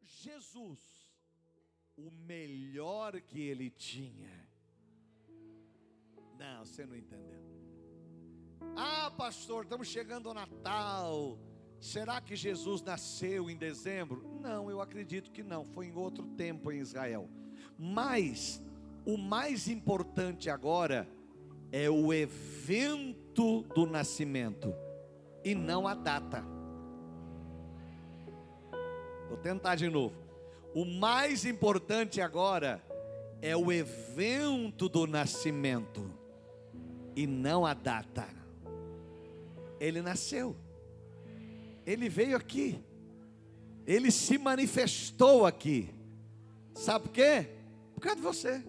Jesus, o melhor que ele tinha. Não, você não entendeu. Ah, pastor, estamos chegando ao Natal. Será que Jesus nasceu em dezembro? Não, eu acredito que não. Foi em outro tempo em Israel. Mas o mais importante agora é o evento do nascimento e não a data. Vou tentar de novo. O mais importante agora é o evento do nascimento e não a data. Ele nasceu. Ele veio aqui. Ele se manifestou aqui. Sabe por quê? Por causa de você.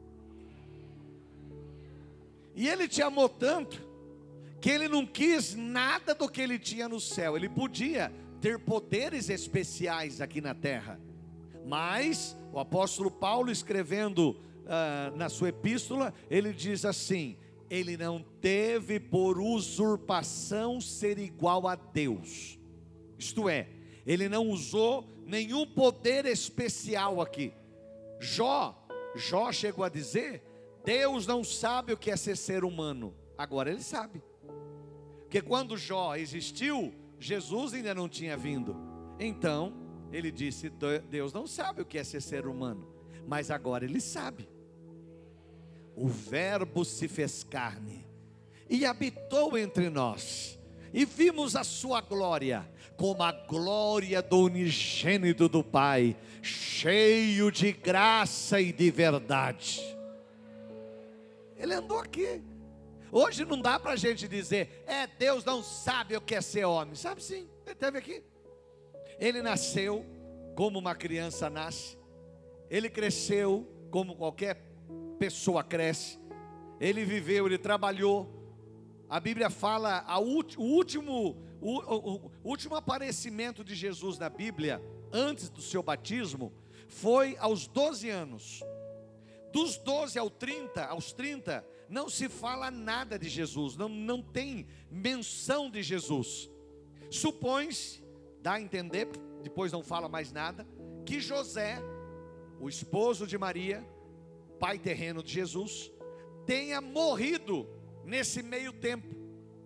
E ele te amou tanto que ele não quis nada do que ele tinha no céu. Ele podia ter poderes especiais aqui na terra, mas o apóstolo Paulo, escrevendo na sua epístola, ele diz assim: ele não teve por usurpação ser igual a Deus. Isto é, ele não usou nenhum poder especial aqui. Jó chegou a dizer: Deus não sabe o que é ser humano. Agora ele sabe, porque quando Jó existiu, Jesus ainda não tinha vindo. Então ele disse: Deus não sabe o que é ser humano, mas agora ele sabe. O Verbo se fez carne e habitou entre nós, e vimos a sua glória, como a glória do unigênito do Pai, cheio de graça e de verdade. Ele andou aqui. Hoje não dá para a gente dizer: Deus não sabe o que é ser homem. Sabe sim, ele esteve aqui. Ele nasceu como uma criança nasce. Ele cresceu como qualquer pessoa cresce. Ele viveu, ele trabalhou. A Bíblia fala, o último aparecimento de Jesus na Bíblia, antes do seu batismo, foi aos 12 anos. Dos 12 aos 30, não se fala nada de Jesus, não tem menção de Jesus. Supõe-se, dá a entender, depois não fala mais nada, que José, o esposo de Maria, pai terreno de Jesus, tenha morrido nesse meio tempo.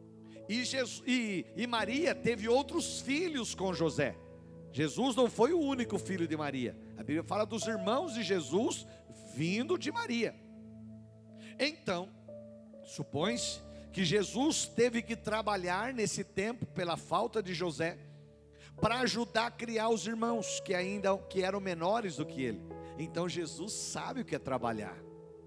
E Maria teve outros filhos com José. Jesus não foi o único filho de Maria. A Bíblia fala dos irmãos de Jesus vindo de Maria. Então, supõe-se que Jesus teve que trabalhar nesse tempo pela falta de José, para ajudar a criar os irmãos que eram menores do que ele. Então Jesus sabe o que é trabalhar.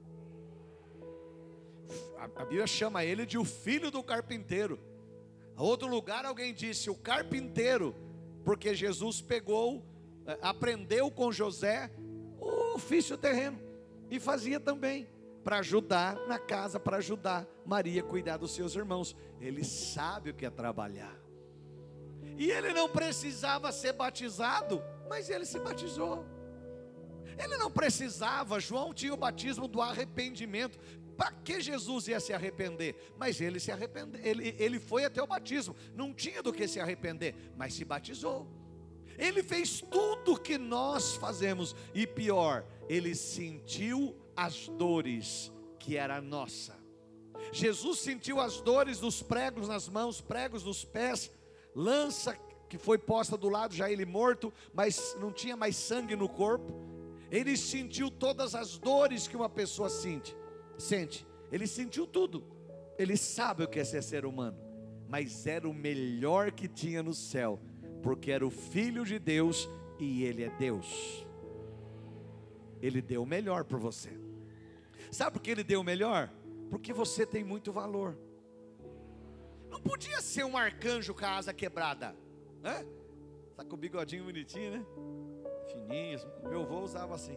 A Bíblia chama ele de o filho do carpinteiro. A outro lugar alguém disse o carpinteiro, porque Jesus aprendeu com José o ofício terreno e fazia também para ajudar na casa, para ajudar Maria a cuidar dos seus irmãos. Ele sabe o que é trabalhar. E ele não precisava ser batizado, mas ele se batizou. Ele não precisava, João tinha o batismo do arrependimento. Para que Jesus ia se arrepender? Mas ele se arrependeu, ele foi até o batismo, não tinha do que se arrepender, mas se batizou. Ele fez tudo o que nós fazemos, e pior, ele sentiu as dores que era nossa. Jesus sentiu as dores dos pregos nas mãos, pregos nos pés, lança que foi posta do lado, já ele morto, mas não tinha mais sangue no corpo. Ele sentiu todas as dores que uma pessoa sente. Ele sentiu tudo. Ele sabe o que é ser humano, mas era o melhor que tinha no céu, porque era o Filho de Deus e ele é Deus. Ele deu o melhor por você. Sabe por que ele deu o melhor? Porque você tem muito valor. Não podia ser um arcanjo com a asa quebrada, né? Tá com o bigodinho bonitinho, né? Fininho. Meu avô usava assim.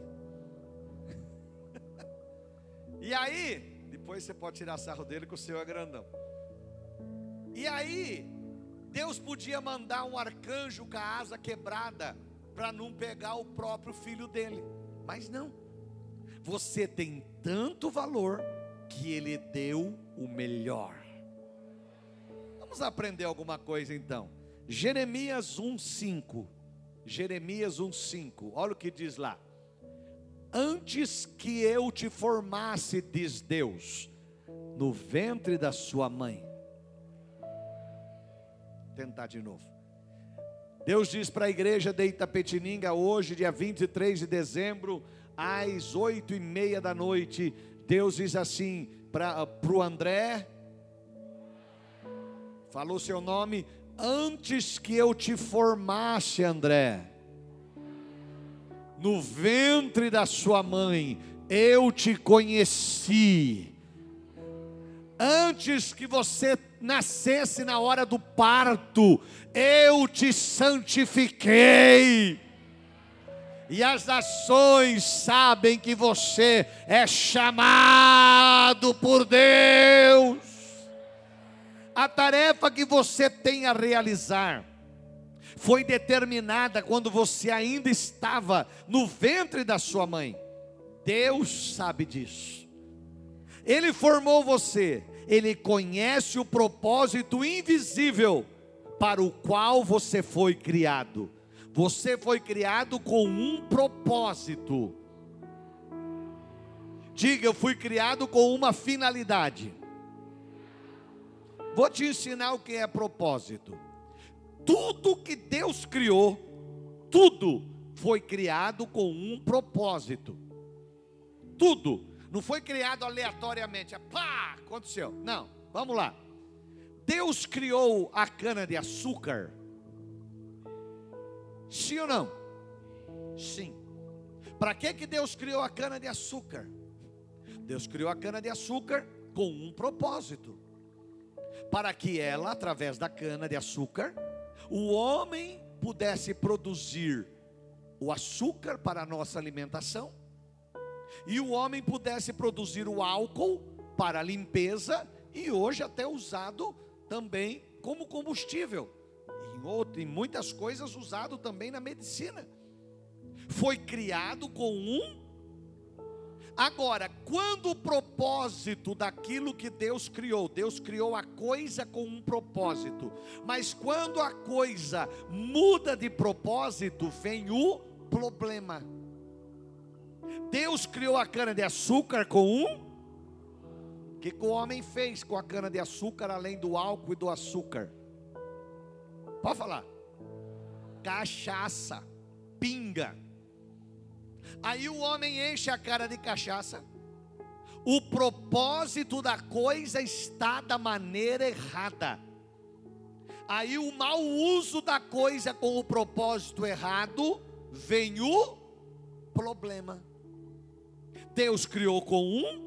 E aí, depois você pode tirar sarro dele, que o seu é grandão. E aí, Deus podia mandar um arcanjo com a asa quebrada para não pegar o próprio filho dele, mas não. Você tem tanto valor que ele deu o melhor. Vamos aprender alguma coisa então. Jeremias 1:5. Jeremias 1:5, olha o que diz lá. Antes que eu te formasse, diz Deus, no ventre da sua mãe. Vou tentar de novo. Deus diz para a igreja de Itapetininga, hoje, dia 23 de dezembro, às 8:30 da noite, Deus diz assim para o André, falou seu nome, antes que eu te formasse, André, no ventre da sua mãe, eu te conheci. Antes que você nascesse na hora do parto, eu te santifiquei. E as nações sabem que você é chamado por Deus. A tarefa que você tem a realizar foi determinada quando você ainda estava no ventre da sua mãe. Deus sabe disso. Ele formou você. Ele conhece o propósito invisível para o qual você foi criado. Você foi criado com um propósito. Diga, eu fui criado com uma finalidade. Vou te ensinar o que é propósito. Tudo que Deus criou, tudo foi criado com um propósito. Tudo. Não foi criado aleatoriamente. Pá, aconteceu. Não, vamos lá. Deus criou a cana de açúcar. Sim ou não? Sim. Para que Deus criou a cana de açúcar? Deus criou a cana de açúcar com um propósito. Para que ela, através da cana de açúcar, o homem pudesse produzir o açúcar para a nossa alimentação, e o homem pudesse produzir o álcool para a limpeza, e hoje até usado também como combustível, em muitas coisas usado também na medicina. Foi criado com um. Agora, quando o propósito daquilo que Deus criou a coisa com um propósito, mas quando a coisa muda de propósito, vem o problema. Deus criou a cana de açúcar com um. O que o homem fez com a cana de açúcar, além do álcool e do açúcar? Pode falar. Cachaça, pinga. Aí o homem enche a cara de cachaça. O propósito da coisa está da maneira errada. Aí o mau uso da coisa com o propósito errado, vem o problema. Deus criou com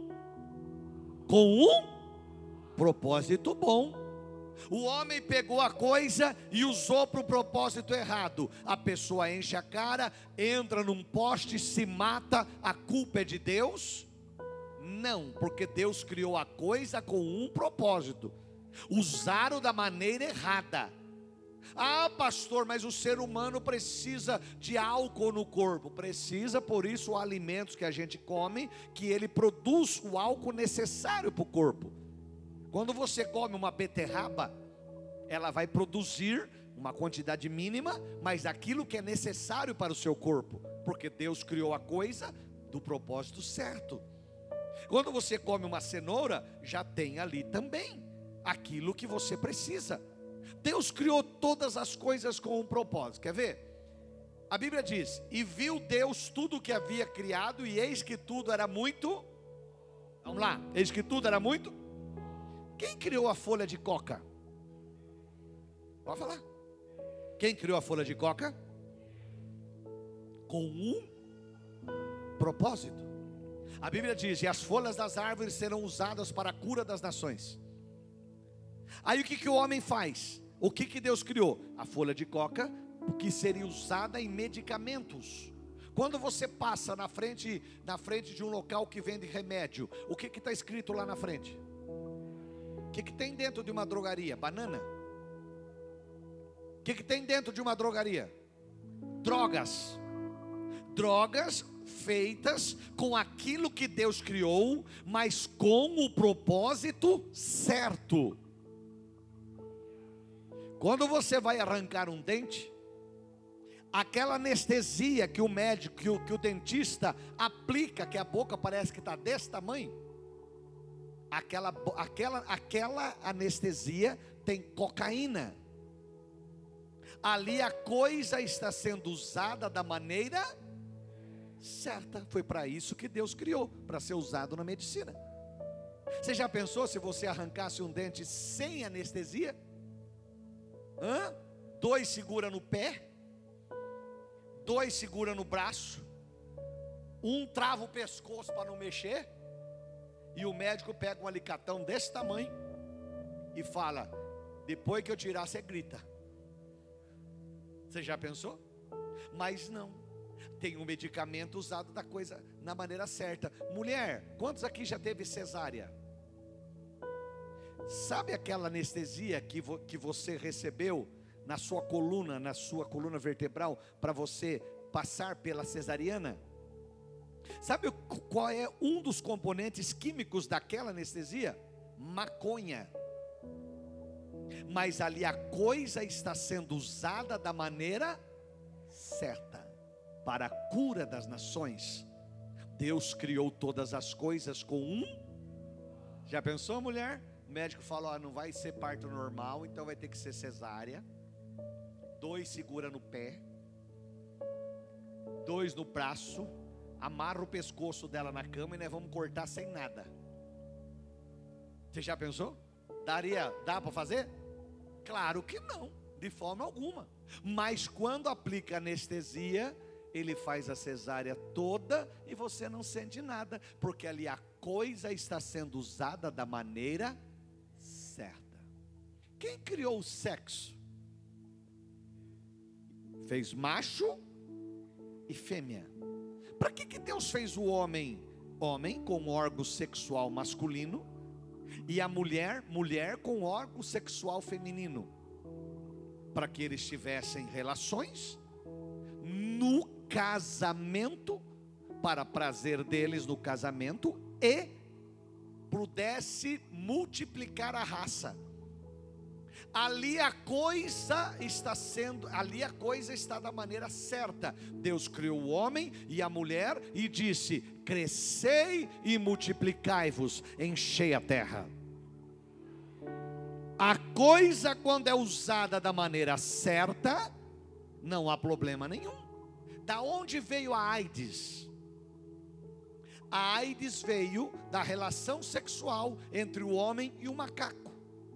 um propósito bom. O homem pegou a coisa e usou para o propósito errado. A pessoa enche a cara, entra num poste, se mata. A culpa é de Deus? Não, porque Deus criou a coisa com um propósito. Usaram da maneira errada. Ah, pastor, mas o ser humano precisa de álcool no corpo. Precisa, por isso, os alimentos que a gente come, que ele produz o álcool necessário para o corpo. Quando você come uma beterraba, ela vai produzir uma quantidade mínima, mas aquilo que é necessário para o seu corpo, porque Deus criou a coisa do propósito certo. Quando você come uma cenoura, já tem ali também aquilo que você precisa. Deus criou todas as coisas com um propósito. Quer ver? A Bíblia diz: e viu Deus tudo o que havia criado, e eis que tudo era muito. Vamos lá, eis que tudo era muito. Quem criou a folha de coca? Pode falar. Quem criou a folha de coca? Com um propósito. A Bíblia diz: e as folhas das árvores serão usadas para a cura das nações. Aí o que o homem faz? O que Deus criou? A folha de coca, que seria usada em medicamentos. Quando você passa na frente de um local que vende remédio, o que está escrito lá na frente? O que tem dentro de uma drogaria? Banana. O que tem dentro de uma drogaria? Drogas. Drogas feitas com aquilo que Deus criou, mas com o propósito certo. Quando você vai arrancar um dente, aquela anestesia que o médico, que o dentista aplica, que a boca parece que está desse tamanho, aquela anestesia tem cocaína. Ali a coisa está sendo usada da maneira certa. Foi para isso que Deus criou, para ser usado na medicina. Você já pensou se você arrancasse um dente sem anestesia? 2 segura no pé, 2 segura no braço, 1 trava o pescoço para não mexer, e o médico pega um alicatão desse tamanho e fala: depois que eu tirar, você grita. Você já pensou? Mas não, tem um medicamento usado da coisa na maneira certa. Mulher, quantos aqui já teve cesárea? Sabe aquela anestesia que você recebeu na sua coluna vertebral, para você passar pela cesariana? Sabe qual é um dos componentes químicos daquela anestesia? Maconha. Mas ali a coisa está sendo usada da maneira certa, para a cura das nações. Deus criou todas as coisas com Já pensou, mulher? O médico fala: não vai ser parto normal, então vai ter que ser cesárea. 2 segura no pé, 2 no braço, amarra o pescoço dela na cama e nós vamos cortar sem nada. Você já pensou? Dá para fazer? Claro que não, de forma alguma. Mas quando aplica anestesia, ele faz a cesárea toda e você não sente nada, porque ali a coisa está sendo usada da maneira certa. Quem criou o sexo? Fez macho e fêmea. Para que Deus fez o homem com órgão sexual masculino e a mulher com órgão sexual feminino? Para que eles tivessem relações no casamento, para prazer deles no casamento, e pudesse multiplicar a raça. Ali a coisa está da maneira certa. Deus criou o homem e a mulher e disse: crescei e multiplicai-vos, enchei a terra. A coisa, quando é usada da maneira certa, não há problema nenhum. Da onde veio a AIDS? A AIDS veio da relação sexual entre o homem e o macaco.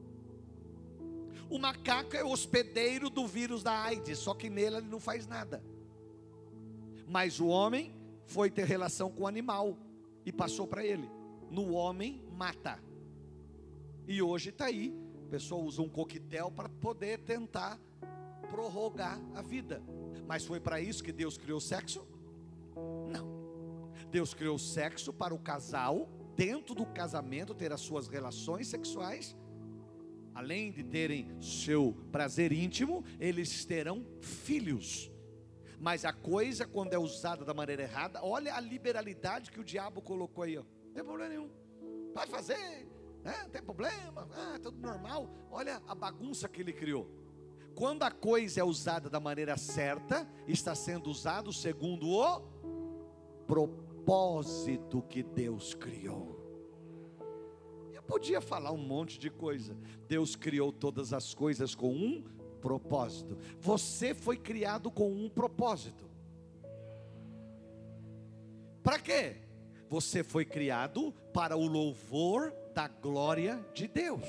O macaco é o hospedeiro do vírus da AIDS, só que nele ele não faz nada. Mas o homem foi ter relação com o animal e passou para ele. No homem mata. E hoje está aí, a pessoa usa um coquetel para poder tentar prorrogar a vida. Mas foi para isso que Deus criou o sexo? Não. Deus criou o sexo para o casal, dentro do casamento, ter as suas relações sexuais. Além de terem seu prazer íntimo, eles terão filhos. Mas a coisa, quando é usada da maneira errada, olha a liberalidade que o diabo colocou aí, ó. Não tem problema nenhum, pode fazer, né? Não tem problema, tudo normal. Olha a bagunça que ele criou. Quando a coisa é usada da maneira certa, está sendo usado segundo o propósito que Deus criou. Eu podia falar um monte de coisa. Deus criou todas as coisas com um propósito. Você foi criado com um propósito. Para quê? Você foi criado para o louvor da glória de Deus.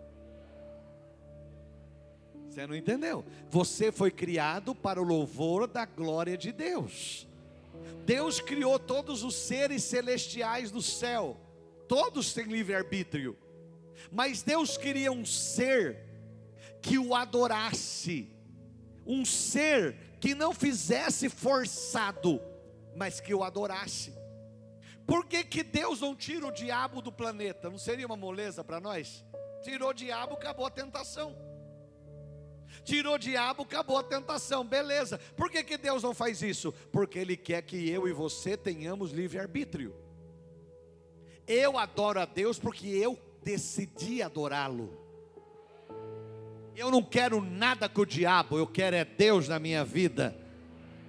Você não entendeu? Você foi criado para o louvor da glória de Deus. Deus criou todos os seres celestiais do céu. Todos têm livre-arbítrio. Mas Deus queria um ser que o adorasse. Um ser que não fizesse forçado, mas que o adorasse. Por que Deus não tira o diabo do planeta? Não seria uma moleza para nós? Tirou o diabo, acabou a tentação. Tirou o diabo, acabou a tentação, beleza. Por que Deus não faz isso? Porque Ele quer que eu e você tenhamos livre-arbítrio. Eu adoro a Deus porque eu decidi adorá-lo. Eu não quero nada com o diabo, eu quero é Deus na minha vida.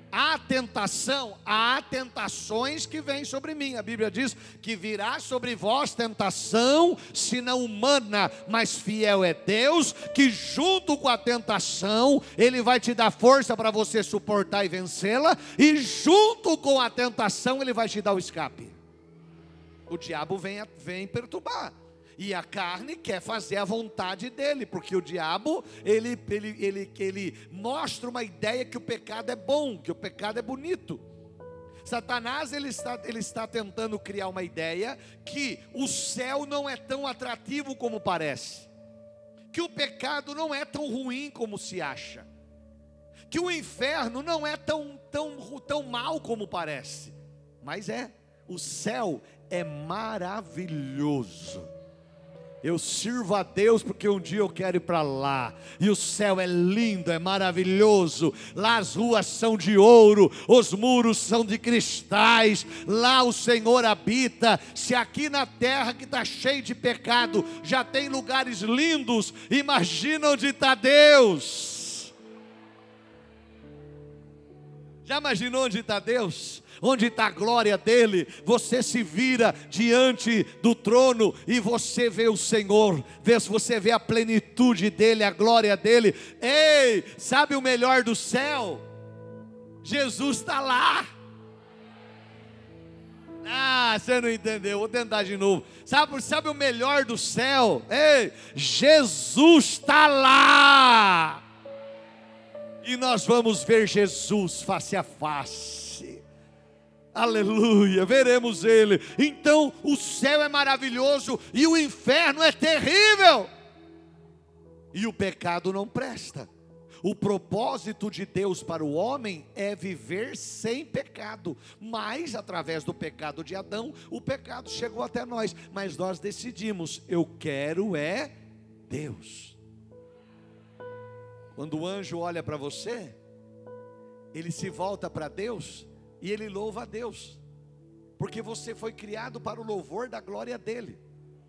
há tentação, há tentações que vêm sobre mim. A Bíblia diz que virá sobre vós tentação, se não humana, mas fiel é Deus, que junto com a tentação, Ele vai te dar força para você suportar e vencê-la, e junto com a tentação, Ele vai te dar o escape. O diabo vem perturbar. E a carne quer fazer a vontade dele, porque o diabo, ele mostra uma ideia que o pecado é bom, que o pecado é bonito. Satanás, ele está tentando criar uma ideia que o céu não é tão atrativo como parece, que o pecado não é tão ruim como se acha, que o inferno não é tão mal como parece, mas o céu é maravilhoso. Eu sirvo a Deus porque um dia eu quero ir para lá, e o céu é lindo, é maravilhoso. Lá as ruas são de ouro, os muros são de cristais, lá o Senhor habita. Se aqui na terra que está cheio de pecado já tem lugares lindos, imagina onde está Deus. Já imaginou onde está Deus? Onde está a glória dele? Você se vira diante do trono e você vê o Senhor, você vê a plenitude dele, a glória dele. Ei, sabe o melhor do céu? Jesus está lá. Você não entendeu, vou tentar de novo. Sabe o melhor do céu? Ei, Jesus está lá. E nós vamos ver Jesus face a face. Aleluia, veremos Ele. Então o céu é maravilhoso e o inferno é terrível. E o pecado não presta. O propósito de Deus para o homem é viver sem pecado. Mas através do pecado de Adão, o pecado chegou até nós. Mas nós decidimos, eu quero Deus. Quando o anjo olha para você, ele se volta para Deus e ele louva a Deus, porque você foi criado para o louvor da glória dele.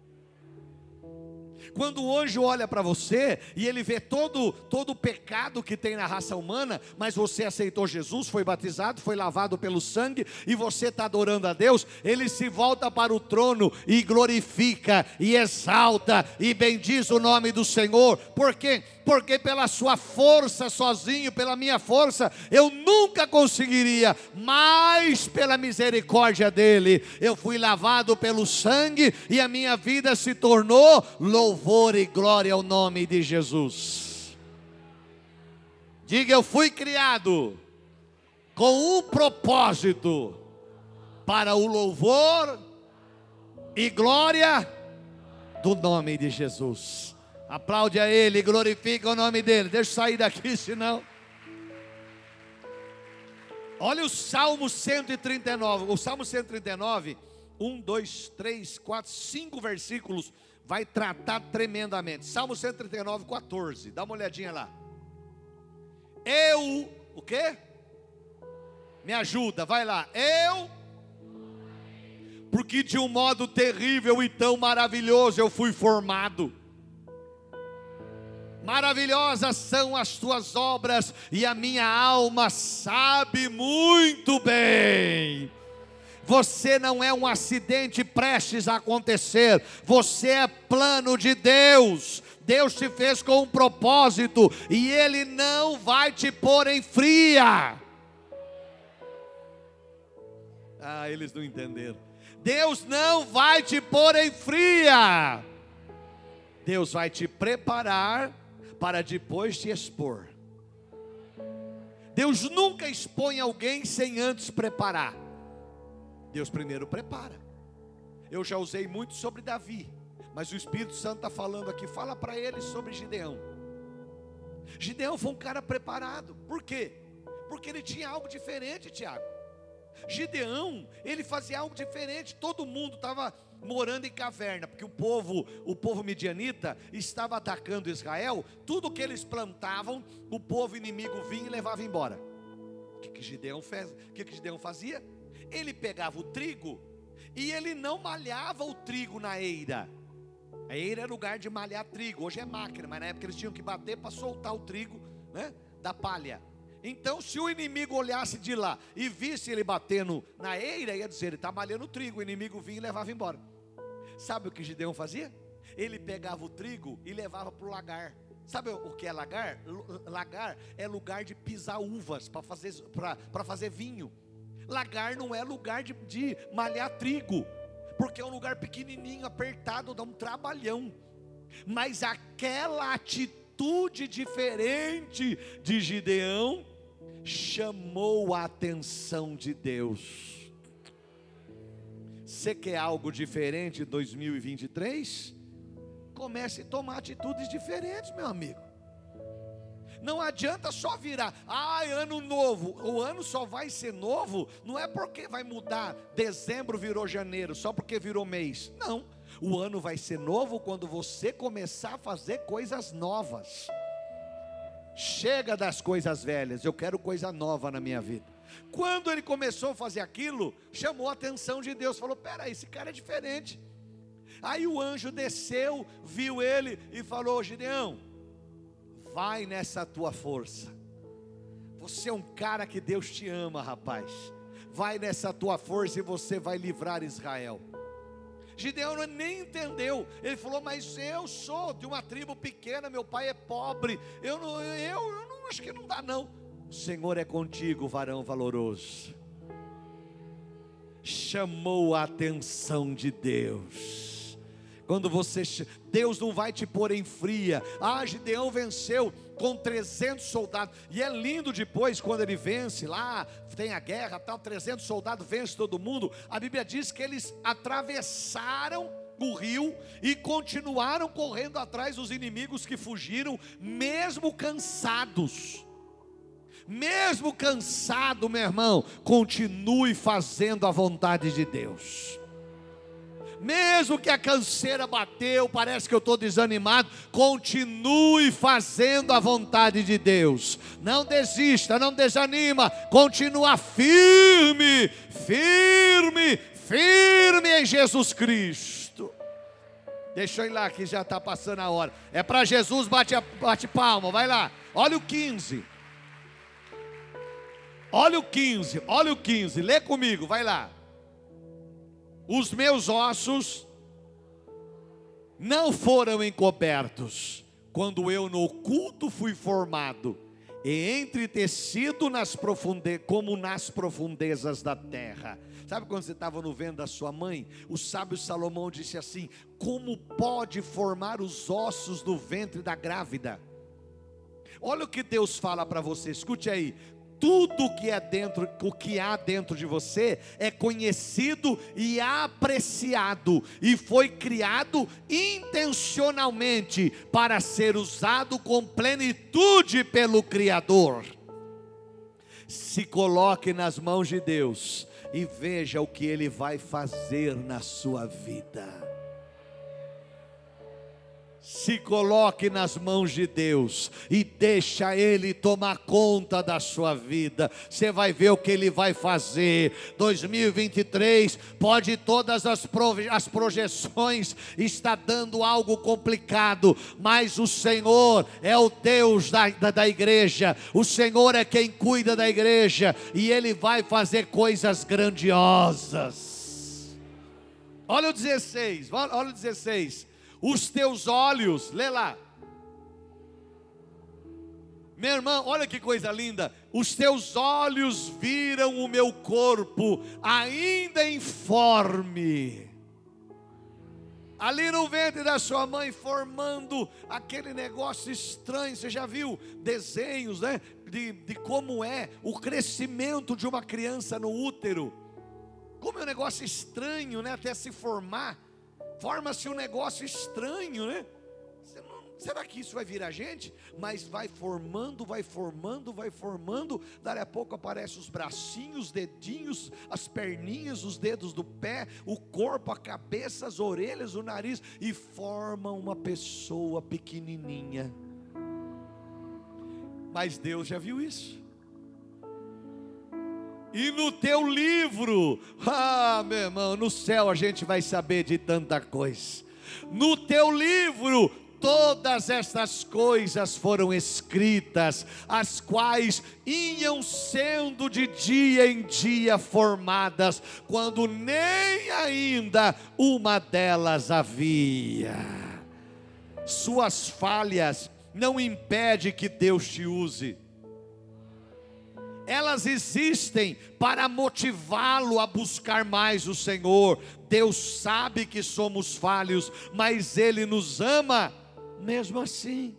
Quando o anjo olha para você e ele vê todo o pecado que tem na raça humana, mas você aceitou Jesus, foi batizado, foi lavado pelo sangue e você está adorando a Deus, ele se volta para o trono e glorifica e exalta e bendiz o nome do Senhor. Por quê? Porque pela sua força sozinho, pela minha força, eu nunca conseguiria, mas pela misericórdia dele, eu fui lavado pelo sangue e a minha vida se tornou louvor e glória ao nome de Jesus. Diga, eu fui criado com um propósito, para o louvor e glória do nome de Jesus. Aplaude a Ele, glorifica o nome dEle. Deixa eu sair daqui, senão. Olha o Salmo 139. O Salmo 139, 1, 2, 3, 4, 5 versículos, vai tratar tremendamente. Salmo 139, 14. Dá uma olhadinha lá. O quê? Me ajuda, vai lá. Porque de um modo terrível e tão maravilhoso eu fui formado. Maravilhosas são as tuas obras, e a minha alma sabe muito bem. Você não é um acidente prestes a acontecer, você é plano de Deus. Deus te fez com um propósito, e Ele não vai te pôr em fria. Eles não entenderam. Deus não vai te pôr em fria. Deus vai te preparar para depois te expor. Deus nunca expõe alguém sem antes preparar. Deus primeiro prepara. Eu já usei muito sobre Davi, mas o Espírito Santo está falando aqui. Fala para ele sobre Gideão. Gideão foi um cara preparado. Por quê? Porque ele tinha algo diferente, Tiago. Gideão, ele fazia algo diferente. Todo mundo estava morando em caverna, porque o povo midianita estava atacando Israel. Tudo que eles plantavam, o povo inimigo vinha e levava embora. O que Gideão fez? O que Gideão fazia? Ele pegava o trigo e ele não malhava o trigo na eira. A eira é lugar de malhar trigo. Hoje é máquina, mas na época eles tinham que bater para soltar o trigo, né, da palha. Então, se o inimigo olhasse de lá e visse ele batendo na eira, ia dizer, ele está malhando trigo. O inimigo vinha e levava embora. Sabe o que Gideão fazia? Ele pegava o trigo e levava para o lagar. Sabe o que é lagar? Lagar é lugar de pisar uvas para fazer vinho. Lagar não é lugar de malhar trigo, porque é um lugar pequenininho, apertado, dá um trabalhão. Mas aquela atitude diferente de Gideão chamou a atenção de Deus. Você quer algo diferente em 2023? Comece a tomar atitudes diferentes, meu amigo. Não adianta só virar, ano novo. O ano só vai ser novo, não é porque vai mudar, dezembro virou janeiro, só porque virou mês. Não, o ano vai ser novo quando você começar a fazer coisas novas. Chega das coisas velhas, eu quero coisa nova na minha vida. Quando ele começou a fazer aquilo, chamou a atenção de Deus, falou, peraí, esse cara é diferente. Aí o anjo desceu, viu ele e falou, Gideão, vai nessa tua força. Você é um cara que Deus te ama, rapaz. Vai nessa tua força e você vai livrar Israel. Gideão nem entendeu. Ele falou, mas eu sou de uma tribo pequena, meu pai é pobre. Eu não acho que não dá não. O Senhor é contigo, varão valoroso. Chamou a atenção de Deus. Quando Deus não vai te pôr em fria. Gideão venceu com 300 soldados. E é lindo depois, quando ele vence lá, tem a guerra, tal, 300 soldados, vence todo mundo. A Bíblia diz que eles atravessaram o rio e continuaram correndo atrás dos inimigos que fugiram, mesmo cansados. Mesmo cansado, meu irmão, continue fazendo a vontade de Deus. Mesmo que a canseira bateu, parece que eu estou desanimado, continue fazendo a vontade de Deus. Não desista, não desanima, continua firme, firme, firme em Jesus Cristo. Deixa eu ir lá que já está passando a hora. É para Jesus, bate palma, vai lá. Olha o 15. Olha o 15, olha o 15, lê comigo, vai lá. Os meus ossos não foram encobertos, quando eu no oculto fui formado, e entretecido como nas profundezas da terra. Sabe quando você estava no ventre da sua mãe? O sábio Salomão disse assim, como pode formar os ossos do ventre da grávida? Olha o que Deus fala para você, escute aí. Tudo o que há dentro de você é conhecido e apreciado, e foi criado intencionalmente para ser usado com plenitude pelo Criador. Se coloque nas mãos de Deus e veja o que Ele vai fazer na sua vida. Se coloque nas mãos de Deus e deixa Ele tomar conta da sua vida. Você vai ver o que Ele vai fazer. 2023 pode todas as projeções estar dando algo complicado, mas o Senhor é o Deus da igreja. O Senhor é quem cuida da igreja e Ele vai fazer coisas grandiosas. Olha o 16, olha o 16. Os teus olhos, lê lá. Meu irmão, olha que coisa linda. Os teus olhos viram o meu corpo ainda informe. Ali no ventre da sua mãe, formando aquele negócio estranho. Você já viu desenhos, né? De como é o crescimento de uma criança no útero. Como é um negócio estranho, né? Até se formar. Forma-se um negócio estranho, né? Será que isso vai virar gente? Mas vai formando, vai formando, vai formando. Daqui a pouco aparecem os bracinhos, os dedinhos, as perninhas, os dedos do pé, o corpo, a cabeça, as orelhas, o nariz, e forma uma pessoa pequenininha. Mas Deus já viu isso. E no teu livro, meu irmão, no céu a gente vai saber de tanta coisa. No teu livro todas estas coisas foram escritas, as quais iam sendo de dia em dia formadas, quando nem ainda uma delas havia. Suas falhas não impedem que Deus te use. Elas existem para motivá-lo a buscar mais o Senhor. Deus sabe que somos falhos, mas Ele nos ama mesmo assim.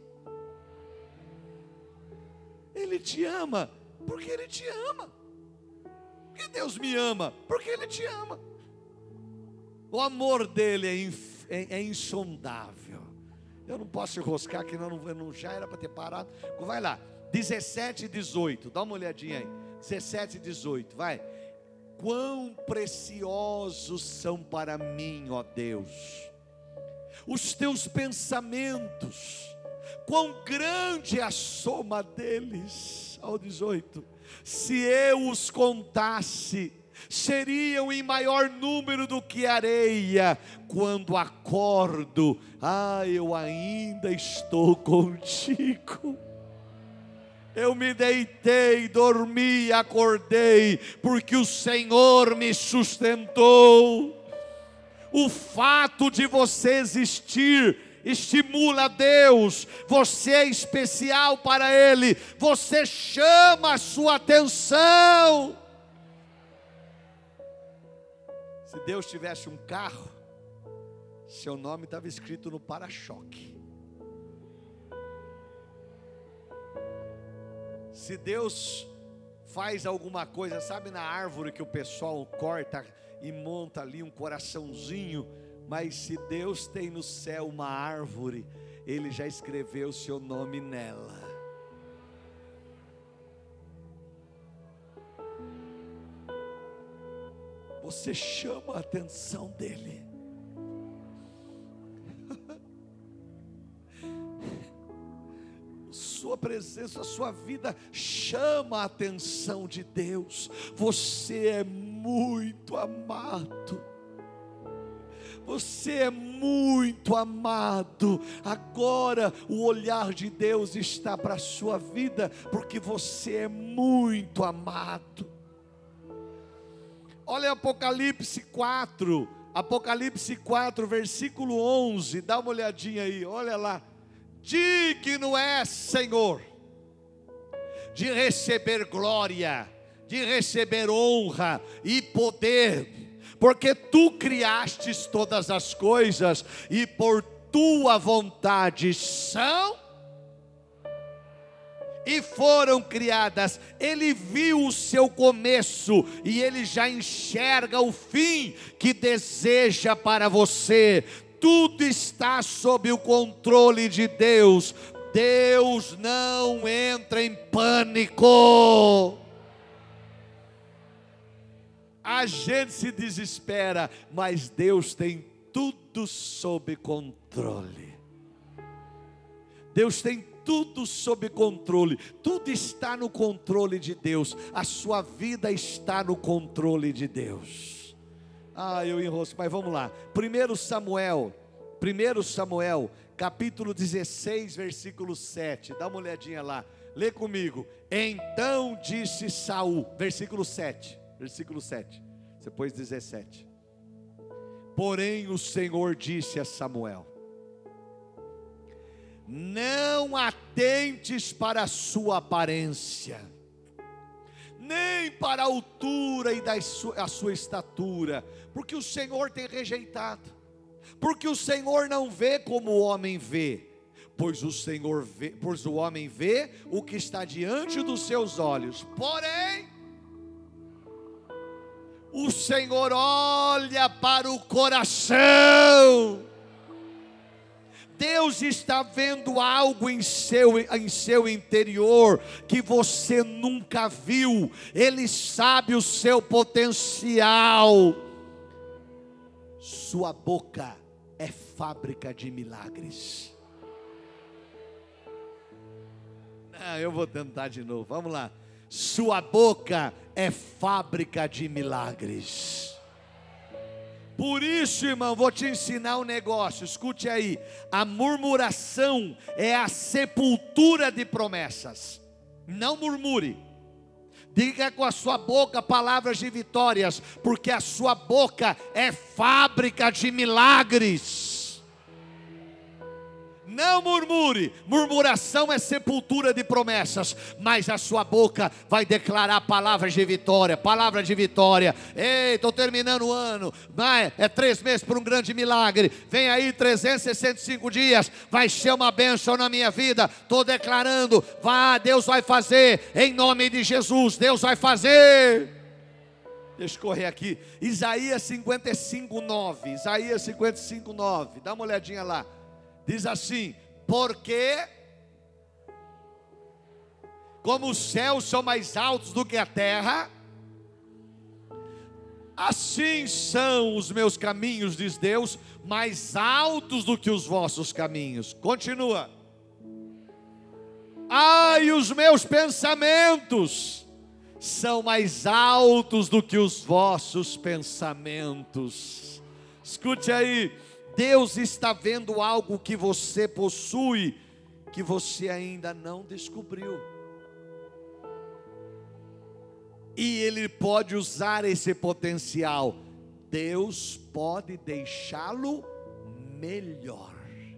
Ele te ama porque Ele te ama. Porque Deus me ama porque Ele te ama. O amor dele é insondável. Eu não posso enroscar aqui, não já era para ter parado. Vai lá, 17 e 18, dá uma olhadinha aí. 17 e 18, vai. Quão preciosos são para mim, ó Deus, os teus pensamentos, quão grande é a soma deles. Ao 18, se eu os contasse, seriam em maior número do que areia. Quando acordo, eu ainda estou contigo. Eu me deitei, dormi, acordei, porque o Senhor me sustentou. O fato de você existir estimula Deus. Você é especial para Ele. Você chama a sua atenção. Se Deus tivesse um carro, seu nome estava escrito no para-choque. Se Deus faz alguma coisa, sabe na árvore que o pessoal corta e monta ali um coraçãozinho, mas se Deus tem no céu uma árvore, Ele já escreveu o seu nome nela. Você chama a atenção dEle. Sua presença, a sua vida chama a atenção de Deus. Você é muito amado. Você é muito amado. Agora o olhar de Deus está para a sua vida, porque você é muito amado. Olha Apocalipse 4, versículo 11, dá uma olhadinha aí, olha lá. Digno é, Senhor, de receber glória, de receber honra e poder, porque Tu criastes todas as coisas, e por Tua vontade são e foram criadas. Ele viu o seu começo e Ele já enxerga o fim que deseja para você. Tudo está sob o controle de Deus. Deus não entra em pânico. A gente se desespera, mas Deus tem tudo sob controle. Deus tem tudo sob controle. Tudo está no controle de Deus. A sua vida está no controle de Deus. Eu enrosco, mas vamos lá. 1 Samuel, capítulo 16, versículo 7. Dá uma olhadinha lá. Lê comigo. Então disse Saul, versículo 7. Você pôs 17. Porém o Senhor disse a Samuel: não atentes para a sua aparência, nem para a altura e a sua estatura, porque o Senhor tem rejeitado. Porque o Senhor não vê como o homem vê, pois o homem vê o que está diante dos seus olhos. Porém, o Senhor olha para o coração. Deus está vendo algo em seu interior que você nunca viu. Ele sabe o seu potencial. Sua boca é fábrica de milagres. Eu vou tentar de novo, vamos lá. Sua boca é fábrica de milagres. Por isso, irmão, vou te ensinar um negócio, escute aí. A murmuração é a sepultura de promessas. Não murmure. Diga com a sua boca palavras de vitórias, porque a sua boca é fábrica de milagres. Não murmure, murmuração é sepultura de promessas, mas a sua boca vai declarar palavras de vitória, palavra de vitória. Ei, estou terminando o ano, é 3 meses para um grande milagre, vem aí 365 dias, vai ser uma bênção na minha vida, estou declarando, Deus vai fazer, em nome de Jesus, Deus vai fazer. Deixa eu correr aqui, Isaías 55:9, Isaías 55:9, dá uma olhadinha lá. Diz assim: porque como os céus são mais altos do que a terra, assim são os meus caminhos, diz Deus, mais altos do que os vossos caminhos. Continua. E os meus pensamentos são mais altos do que os vossos pensamentos. Escute aí. Deus está vendo algo que você possui, que você ainda não descobriu. E Ele pode usar esse potencial. Deus pode deixá-lo melhor.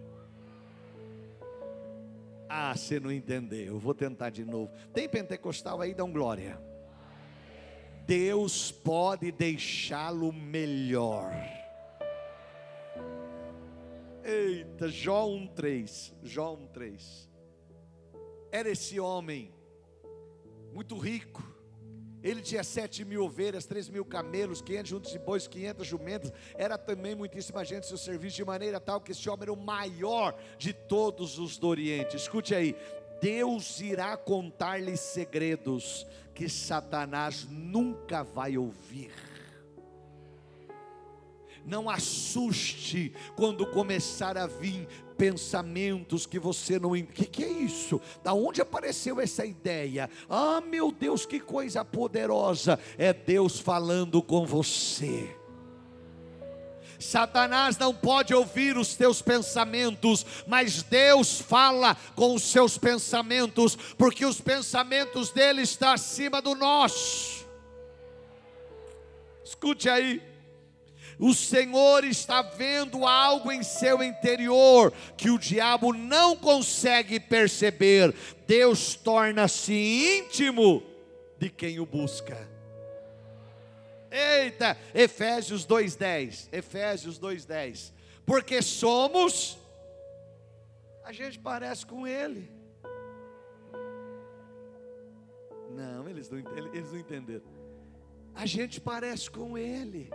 Você não entendeu, eu vou tentar de novo. Tem pentecostal aí? Dá um glória. Deus pode deixá-lo melhor. Eita, Jó 1:3, Jó 1:3. Era esse homem muito rico. Ele tinha 7.000 ovelhas, 3.000 camelos, 500 juntos de bois, 500 jumentas. Era também muitíssima gente seu serviço, de maneira tal que esse homem era o maior de todos os do Oriente. Escute aí, Deus irá contar-lhe segredos que Satanás nunca vai ouvir. Não assuste quando começar a vir pensamentos que você não entende. Que é isso? Da onde apareceu essa ideia? Meu Deus, que coisa poderosa! É Deus falando com você. Satanás não pode ouvir os teus pensamentos, mas Deus fala com os seus pensamentos, porque os pensamentos dele estão acima do nosso. Escute aí. O Senhor está vendo algo em seu interior que o diabo não consegue perceber. Deus torna-se íntimo de quem o busca. Eita, Efésios 2:10, Efésios 2:10. Porque somos, a gente parece com Ele. Não, eles não entenderam. A gente parece com Ele.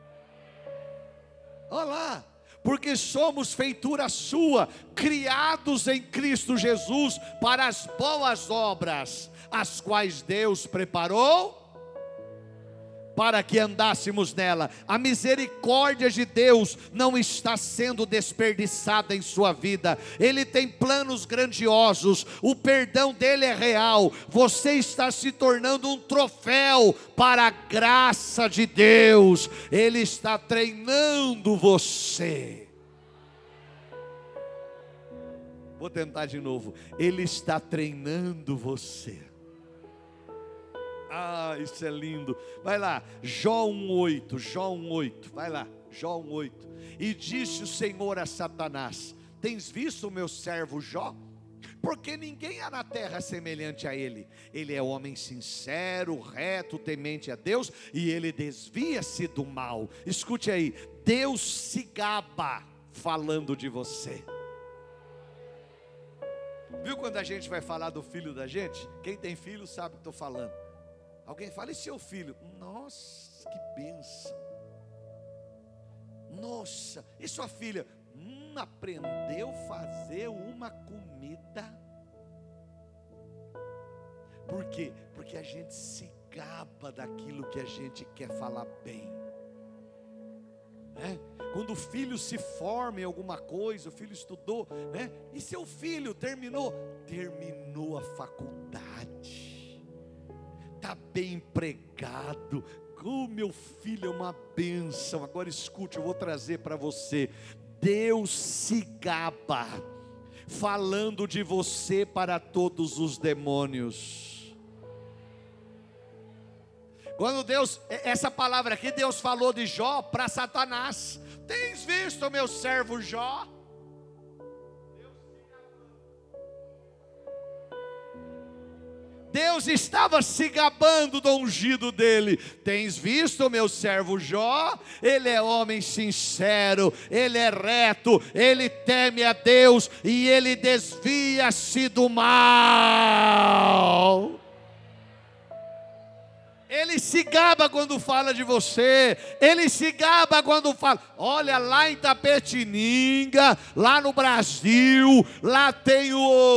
Olha lá, porque somos feitura sua, criados em Cristo Jesus para as boas obras, as quais Deus preparou para que andássemos nela. A misericórdia de Deus não está sendo desperdiçada em sua vida. Ele tem planos grandiosos, o perdão dele é real. Você está se tornando um troféu para a graça de Deus. Ele está treinando você. Vou tentar de novo. Ele está treinando você. Isso é lindo. Vai lá, Jó 1:8, Jó 1:8, vai lá, Jó 1:8. E disse o Senhor a Satanás: tens visto o meu servo Jó? Porque ninguém há na terra semelhante a ele. Ele é homem sincero, reto, temente a Deus, e ele desvia-se do mal. Escute aí, Deus se gaba falando de você. Viu quando a gente vai falar do filho da gente? Quem tem filho sabe o que estou falando. Alguém fala, e seu filho? Nossa, que bênção. Nossa, e sua filha? Aprendeu a fazer uma comida. Por quê? Porque a gente se gaba daquilo que a gente quer falar bem. Quando o filho se forma em alguma coisa, o filho estudou, e seu filho terminou a faculdade. Está bem empregado, Meu filho, é uma bênção. Agora escute, eu vou trazer para você. Deus se gaba falando de você para todos os demônios. Quando Deus, essa palavra aqui, Deus falou de Jó para Satanás. Tens visto meu servo Jó? Deus estava se gabando do ungido dele. Tens visto meu servo Jó? Ele é homem sincero, ele é reto, ele teme a Deus e ele desvia-se do mal. Ele se gaba quando fala de você, ele se gaba quando fala. Olha, lá em Tapetininga, lá no Brasil, lá tem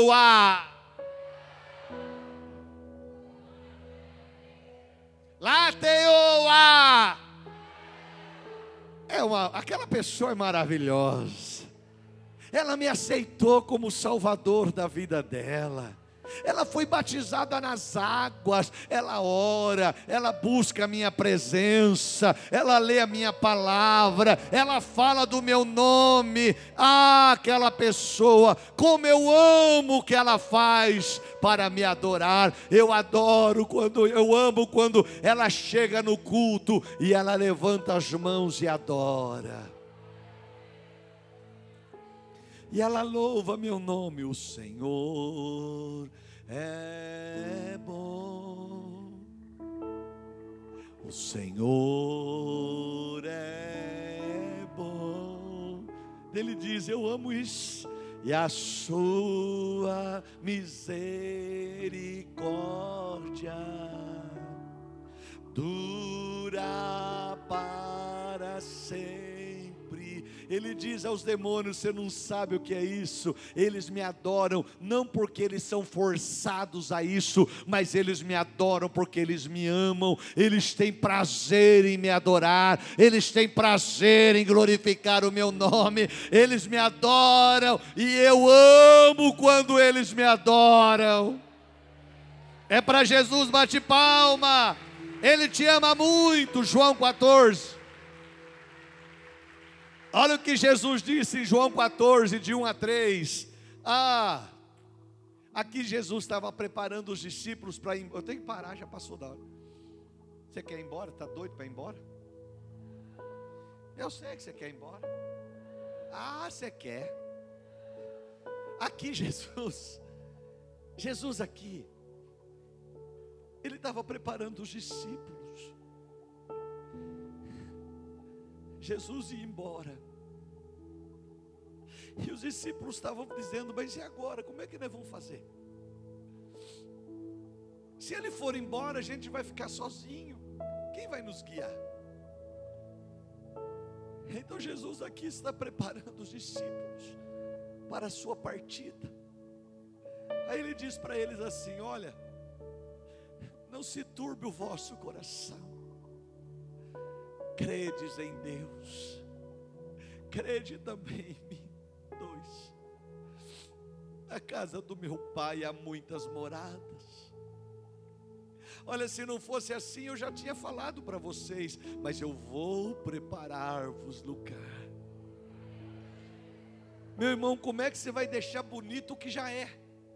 lá tem aquela pessoa é maravilhosa. Ela me aceitou como Salvador da vida dela. Ela foi batizada nas águas. Ela ora, ela busca a minha presença, ela lê a minha palavra, ela fala do meu nome. Aquela pessoa, como eu amo o que ela faz para me adorar. Eu amo quando ela chega no culto e ela levanta as mãos e adora. E ela louva meu nome. O Senhor é bom. O Senhor é bom. Ele diz: eu amo isso. E a sua misericórdia dura para sempre. Ele diz aos demônios: você não sabe o que é isso. Eles me adoram, não porque eles são forçados a isso, mas eles me adoram porque eles me amam. Eles têm prazer em me adorar, eles têm prazer em glorificar o meu nome. Eles me adoram e eu amo quando eles me adoram. É para Jesus, bate palma. Ele te ama muito. João 14. Olha o que Jesus disse em João 14, de 1 a 3. Aqui Jesus estava preparando os discípulos para ir. Eu tenho que parar, já passou da hora. Você quer ir embora? Está doido para ir embora? Eu sei que você quer ir embora. Você quer. Aqui Jesus aqui, Ele estava preparando os discípulos. Jesus ia embora. E os discípulos estavam dizendo: mas e agora? Como é que nós vamos fazer? Se Ele for embora, a gente vai ficar sozinho. Quem vai nos guiar? Então Jesus aqui está preparando os discípulos para a sua partida. Aí Ele diz para eles assim: olha, não se turbe o vosso coração. Credes em Deus, crede também em mim. 2. Na casa do meu Pai há muitas moradas. Olha, se não fosse assim, eu já tinha falado para vocês, mas eu vou preparar-vos lugar. Meu irmão, como é que você vai deixar bonito o que já é?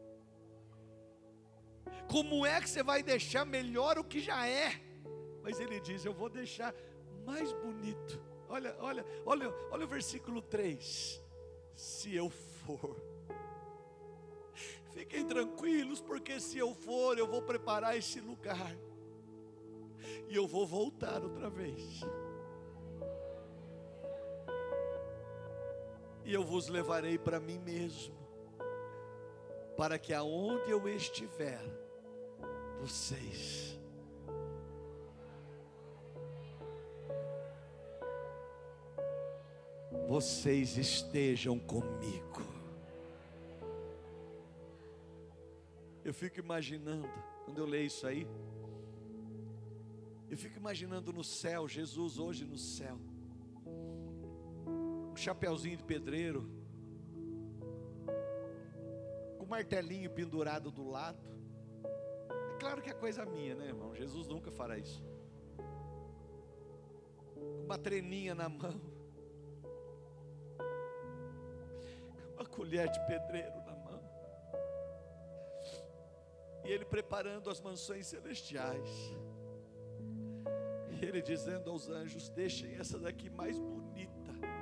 Como é que você vai deixar melhor o que já é? Mas Ele diz: eu vou deixar mais bonito. Olha o versículo 3. Se eu for, fiquem tranquilos, porque se eu for, eu vou preparar esse lugar, e eu vou voltar outra vez, e eu vos levarei para mim mesmo, para que aonde eu estiver, vocês estejam comigo. Eu fico imaginando, quando eu leio isso aí, eu fico imaginando no céu, Jesus hoje no céu, um chapeuzinho de pedreiro, com um martelinho pendurado do lado. É claro que é coisa minha, né, irmão? Jesus nunca fará isso. uma treninha na mão, uma colher de pedreiro na mão, e ele preparando as mansões celestiais, e ele dizendo aos anjos: deixem essa daqui mais bonita,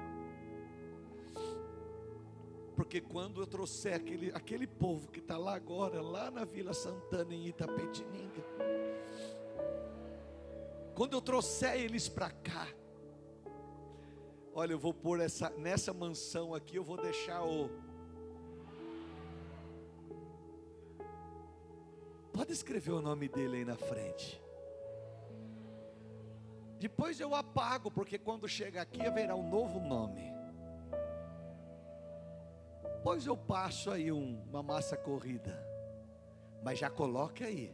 porque quando eu trouxer aquele povo que está lá agora, lá na Vila Santana, em Itapetininga, quando eu trouxer eles para cá, olha, eu vou pôr nessa mansão aqui, eu vou deixar pode escrever o nome dele aí na frente. Depois eu apago, porque quando chega aqui haverá um novo nome. Pois eu passo aí uma massa corrida, mas já coloque aí,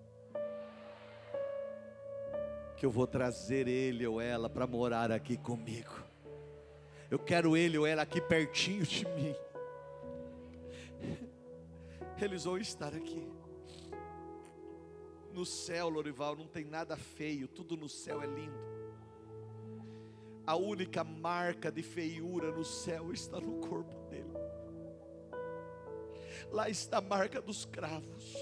que eu vou trazer ele ou ela para morar aqui comigo. Eu quero ele ou ela aqui pertinho de mim. Eles vão estar aqui. No céu, Lorival, não tem nada feio, tudo no céu é lindo. A única marca de feiura no céu está no corpo dele. Lá está a marca dos cravos,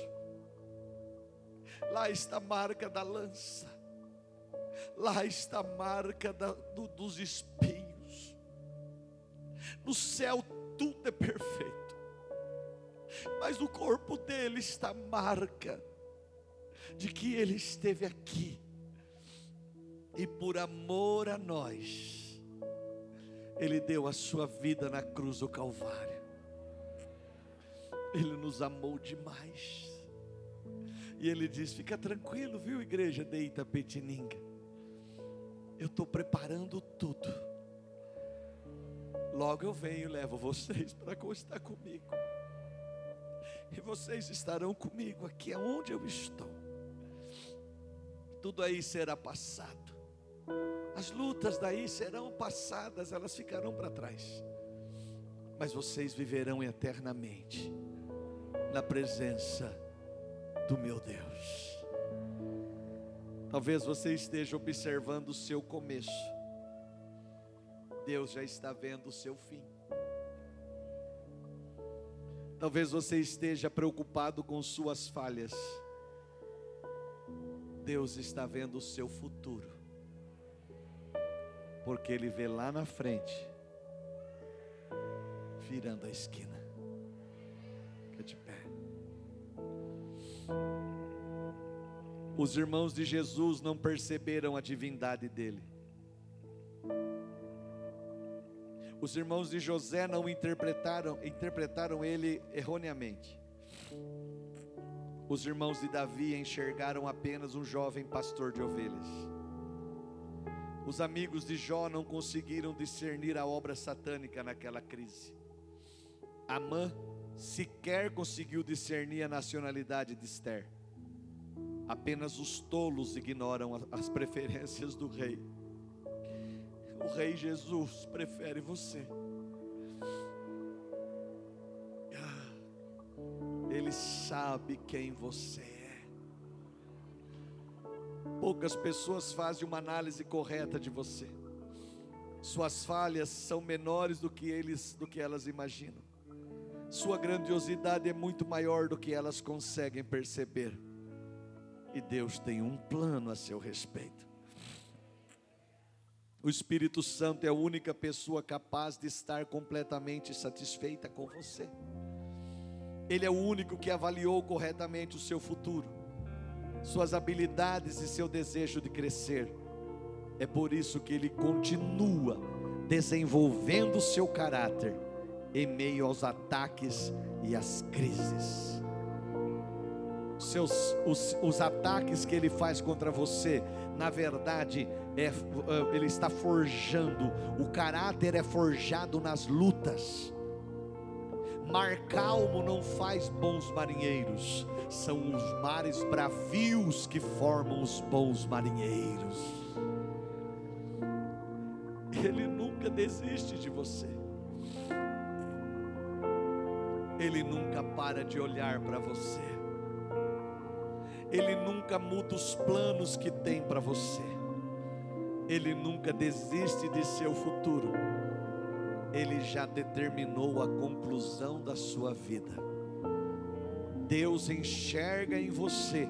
lá está a marca da lança, lá está a marca dos espinhos. No céu tudo é perfeito, mas no corpo dele está a marca de que ele esteve aqui, e por amor a nós, ele deu a sua vida na cruz do Calvário. Ele nos amou demais, e ele diz: fica tranquilo, viu, igreja de Itapetininga, eu estou preparando tudo, logo eu venho e levo vocês para estar comigo, e vocês estarão comigo aqui aonde eu estou. Tudo aí será passado, as lutas daí serão passadas, elas ficarão para trás, mas vocês viverão eternamente na presença do meu Deus. Talvez você esteja observando o seu começo, Deus já está vendo o seu fim. Talvez você esteja preocupado com suas falhas, Deus está vendo o seu futuro, porque Ele vê lá na frente, virando a esquina. Fica de pé. Os irmãos de Jesus não perceberam a divindade dele. Os irmãos de José não interpretaram ele erroneamente. Os irmãos de Davi enxergaram apenas um jovem pastor de ovelhas. Os amigos de Jó não conseguiram discernir a obra satânica naquela crise. Amã sequer conseguiu discernir a nacionalidade de Esther. Apenas os tolos ignoram as preferências do rei. O rei Jesus prefere você. Ele sabe quem você é. Poucas pessoas fazem uma análise correta de você. Suas falhas são menores do que elas imaginam. Sua grandiosidade é muito maior do que elas conseguem perceber. E Deus tem um plano a seu respeito. O Espírito Santo é a única pessoa capaz de estar completamente satisfeita com você. Ele é o único que avaliou corretamente o seu futuro, suas habilidades e seu desejo de crescer. É por isso que Ele continua desenvolvendo o seu caráter em meio aos ataques e às crises. Os ataques que Ele faz contra você, na verdade, Ele está forjando. O caráter é forjado nas lutas. Mar calmo não faz bons marinheiros, são os mares bravios que formam os bons marinheiros. Ele nunca desiste de você. Ele nunca para de olhar para você. Ele nunca muda os planos que tem para você. Ele nunca desiste de seu futuro. Ele já determinou a conclusão da sua vida. Deus enxerga em você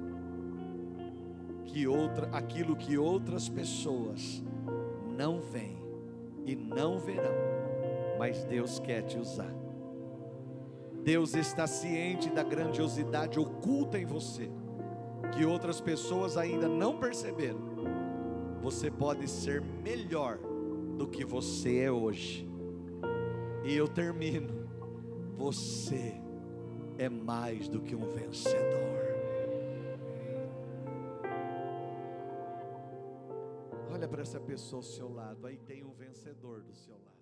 aquilo que outras pessoas não veem e não verão, mas Deus quer te usar. Deus está ciente da grandiosidade oculta em você, que outras pessoas ainda não perceberam. Você pode ser melhor do que você é hoje. E eu termino. Você é mais do que um vencedor. Olha para essa pessoa ao seu lado. Aí tem um vencedor do seu lado.